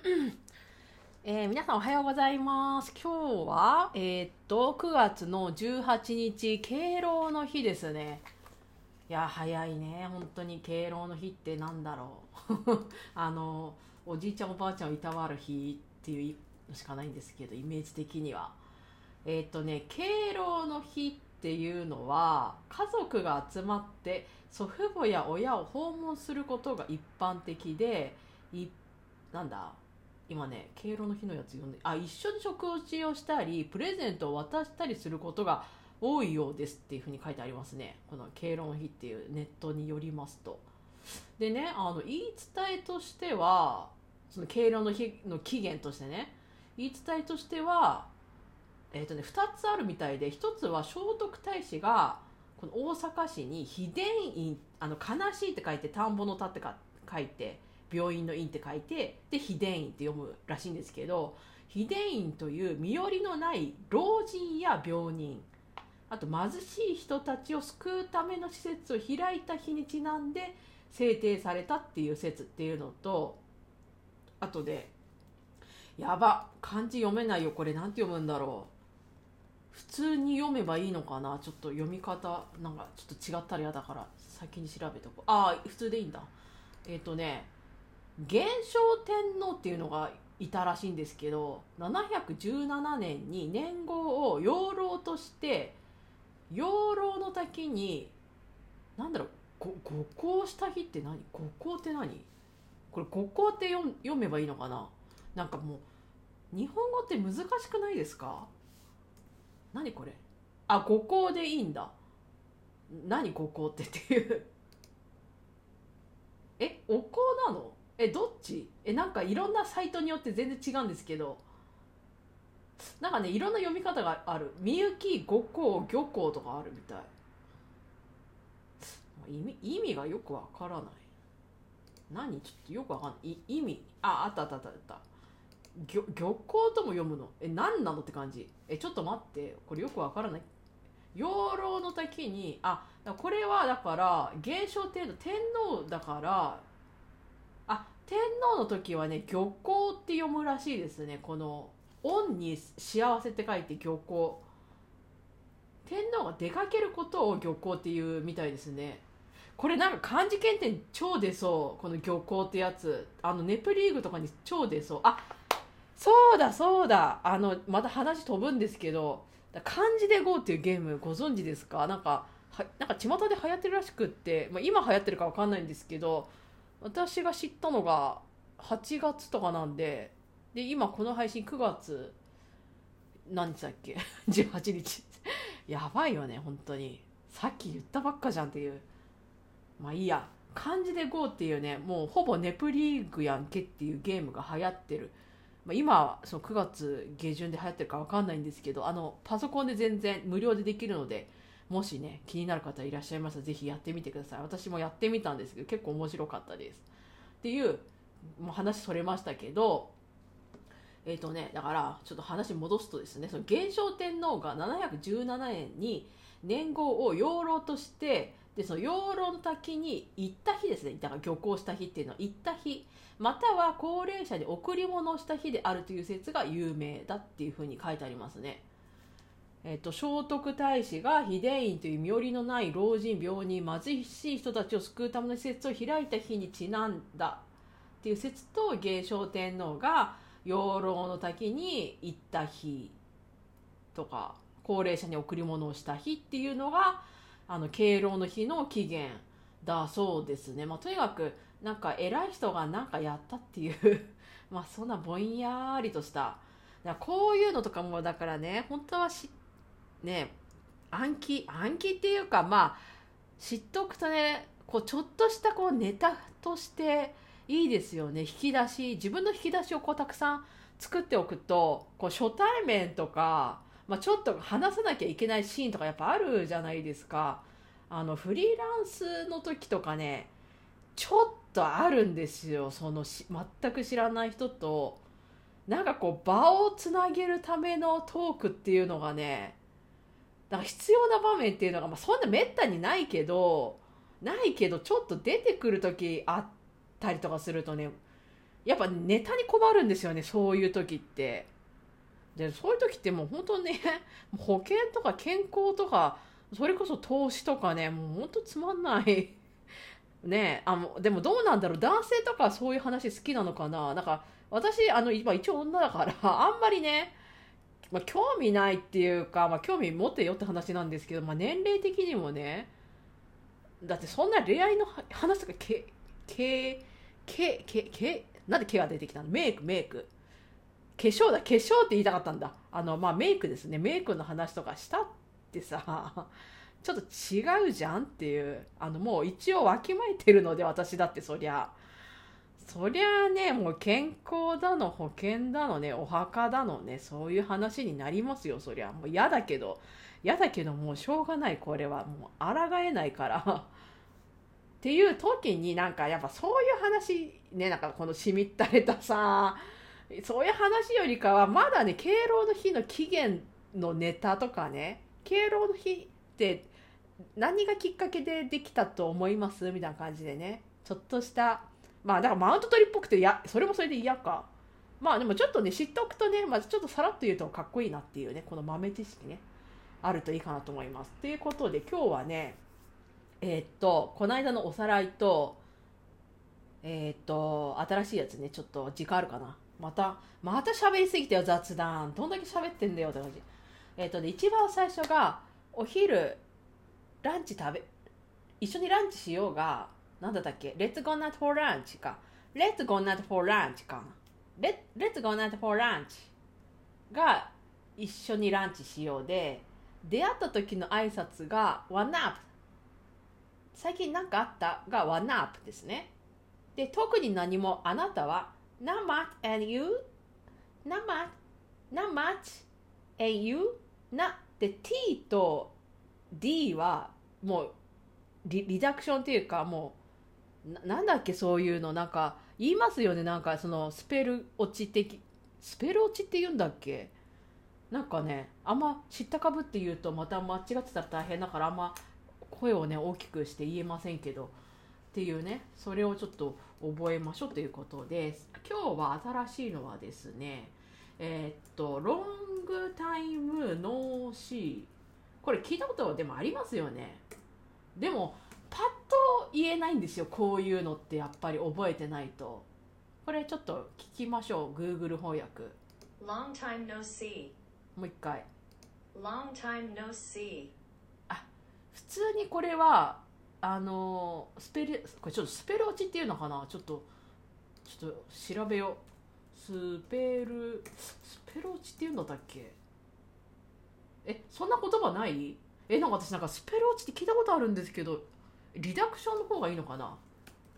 皆さんおはようございます。今日は、9月の18日、敬老の日ですね。いや、早いね。本当に敬老の日ってなんだろう。おじいちゃんおばあちゃんをいたわる日っていうのしかないんですけど、イメージ的には。敬老の日っていうのは、家族が集まって祖父母や親を訪問することが一般的で、なんだ、今ね、敬老の日のやつ読んで、一緒に食事をしたり、プレゼントを渡したりすることが多いようですっていうふうに書いてありますね。この敬老の日っていうネットによりますと。でね、言い伝えとしては、その敬老の日の起源としてね、言い伝えとしては、2つあるみたいで、1つは聖徳太子が、この大阪市に秘伝院、悲しいって書いて、田んぼの田って書いて、病院の院って書いて、で秘伝院って読むらしいんですけど、秘伝院という身寄りのない老人や病人、あと貧しい人たちを救うための施設を開いた日にちなんで制定されたっていう説っていうのと、あとで、やば、漢字読めないよ、これなんて読むんだろう。普通に読めばいいのかな。ちょっと読み方なんかちょっと違ったら嫌だから先に調べとこう。普通でいいんだ。元正天皇っていうのがいたらしいんですけど、717年に年号を養老として、養老の滝になんだろう、五行した日って何、五行って何、これ五行って読めばいいのかな。なんかもう日本語って難しくないですか。何これ、五行でいいんだ。何五行っていうお香なの。どっち。なんかいろんなサイトによって全然違うんですけど、なんかね、いろんな読み方がある。みゆき、五香、漁港とかあるみたい。意味がよくわからない。何、ちょっとよくわかんない。意味、あった。漁港とも読むの。何なのって感じ。ちょっと待って、これよくわからない。養老の滝に、これはだから元正天皇だから、天皇の時はね、漁港って読むらしいですね。この恩に幸せって書いて漁港。天皇が出かけることを漁港っていうみたいですね。これなんか漢字検定超出そう。この漁港ってやつ、ネプリーグとかに超出そう。そうだ。また話飛ぶんですけど、漢字で GO っていうゲームご存知ですか。なんか巷で流行ってるらしくって、今流行ってるか分かんないんですけど、私が知ったのが8月とかなんで、今この配信9月何日だっけ18日やばいよね本当に。さっき言ったばっかじゃんっていう。いいや、漢字で GO っていうね、もうほぼネプリーグやんけっていうゲームが流行ってる。今その9月下旬で流行ってるか分かんないんですけど、パソコンで全然無料でできるので、もしね気になる方いらっしゃいましたらぜひやってみてください。私もやってみたんですけど結構面白かったですっていう。もう話それましたけど、だからちょっと話戻すとですね、その元正天皇が717年に年号を養老として、でその養老の滝に行った日ですね。だから漁港した日っていうのは行った日、または高齢者に贈り物をした日であるという説が有名だっていうふうに書いてありますね。聖徳太子が秘伝院という身寄りのない老人、病人、貧しい人たちを救うための施設を開いた日にちなんだっていう説と、元正天皇が養老の滝に行った日とか高齢者に贈り物をした日っていうのが敬老の日の起源だそうですね。とにかくなんか偉い人がなんかやったっていうそんなぼんやりとした、こういうのとかもだからね、本当はね、暗記っていうか、知っておくとね、こうちょっとしたこうネタとしていいですよね。自分の引き出しをこうたくさん作っておくと、こう初対面とか、ちょっと話さなきゃいけないシーンとかやっぱあるじゃないですか。フリーランスの時とかね、ちょっとあるんですよ。全く知らない人となんかこう場をつなげるためのトークっていうのがね、だから必要な場面っていうのが、そんなめったにないけどちょっと出てくる時あったりとかするとね、 やっぱネタに困るんですよね、そういう時って。でそういう時ってもう本当ね、保険とか健康とか、それこそ投資とかね、もう本当つまんないね。でもどうなんだろう、男性とかそういう話好きなのかな。なんか私今一応女だからあんまりね、興味ないっていうか、興味持ってよって話なんですけど、年齢的にもね、だってそんな恋愛の話とかなんで毛が出てきたの。メイク化粧って言いたかったんだ。メイクですね。メイクの話とかしたってさ、ちょっと違うじゃんっていう。もう一応わきまえてるので、私だってそりゃね、もう健康だの保険だのね、お墓だのね、そういう話になりますよ。そりゃもう嫌だけどもうしょうがない。これはもう抗えないからっていう時に、なんかやっぱそういう話ね、なんかこのしみったれたさ、そういう話よりかはまだね、敬老の日の起源のネタとかね、敬老の日って何がきっかけでできたと思いますみたいな感じでね、ちょっとしただからマウント取りっぽくて、それもそれで嫌か。でもちょっとね、知っておくとね、ちょっとさらっと言うとかっこいいなっていうね、この豆知識ね、あるといいかなと思います。ということで今日はね、この間のおさらいと、新しいやつね、ちょっと時間あるかな。また喋りすぎたよ、雑談。どんだけ喋ってんだよって感じ。一番最初が、お昼、一緒にランチしようが、なんだったっけ ?Let's go not for lunch か。Let's go not for lunch かな。Let's go not for lunch が、一緒にランチしようで、出会った時の挨拶が one up。最近なんかあったが one up ですね。で、特に何も、あなたは not much and you not much and you not で T と D はもうリダクションっていうか、もうなんだっけ、そういうのなんか言いますよね。なんかそのスペル落ちって言うんだっけ。なんかね、あんま知ったかぶって言うとまた間違ってたら大変だから、あんま声をね大きくして言えませんけどっていうね、それをちょっと覚えましょうということです。今日は新しいのはですね、ロングタイムノーシー。これ聞いたことでもありますよね。でもパッと言えないんですよ、こういうのって。やっぱり覚えてないと。これちょっと聞きましょう、 Google 翻訳。 Long time no see. もう一回。 Long time no see. 普通にこれはこれちょっとスペル落ちっていうのかな。ちょっと調べよう。スペル落ちっていうんだったっけ。そんな言葉ない？なんか私なんかスペル落ちって聞いたことあるんですけど、リダクションの方がいいのかな。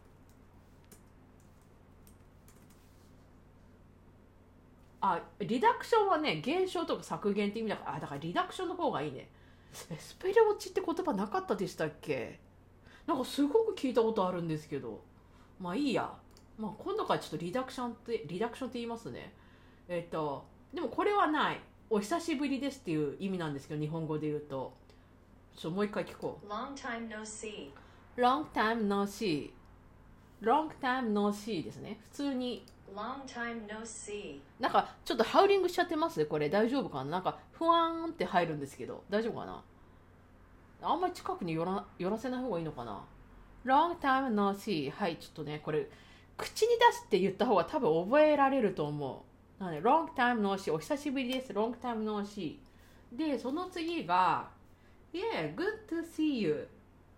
リダクションはね、減少とか削減って意味だから、だからリダクションの方がいいね。スペル落ちって言葉なかったでしたっけ。なんかすごく聞いたことあるんですけど、いいや。今度からちょっとリダクションって言いますね。でもこれはない。お久しぶりですっていう意味なんですけど、日本語で言うと。もう一回聞こう。 Long time no see. Long time no see。 Long time no see ですね。普通に Long time no see. なんかちょっとハウリングしちゃってますね。これ大丈夫かな。なんかふわーんって入るんですけど、大丈夫かな。あんまり近くに寄らせない方がいいのかな。 Long time no see。 はい、ちょっとねこれ口に出すって言った方が多分覚えられると思う。なので Long time no see、 お久しぶりです。 Long time no see で、その次が Yeah, good to see you。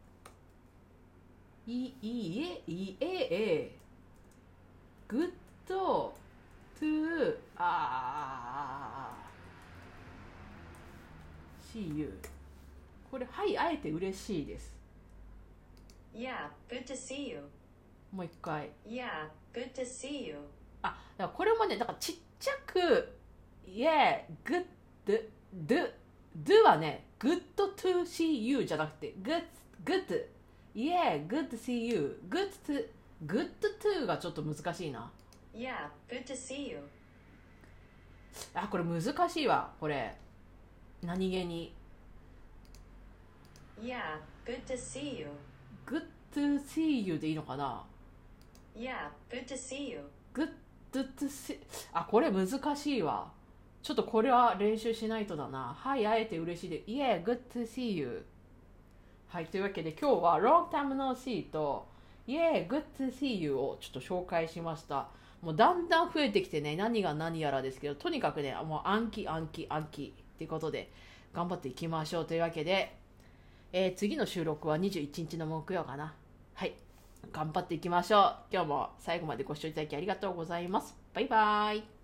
いえ good to see you。 これはい、あえて嬉しいです。 Yeah, good to see you. もう一回。 Yeah, good to see you. だからこれもね、だからちっちゃく Yeah, good do はね good to see you じゃなくて good Yeah, good to see you。 good to がちょっと難しいな。 Yeah, good to see you. これ難しいわ。これ何気に Yeah, good to see you. good to see you でいいのかな。 Yeah, good to see you. good good to see これ難しいわ。ちょっとこれは練習しないとだな。はい、会えて嬉しいで。Yeah, good to see you。はい、というわけで今日は Long time no see と Yeah, good to see you をちょっと紹介しました。もうだんだん増えてきてね、何が何やらですけど、とにかくね、もう暗記っていうことで頑張っていきましょう。というわけで、次の収録は21日の木曜かな。はい、頑張っていきましょう。今日も最後までご視聴いただきありがとうございます。バイバイ。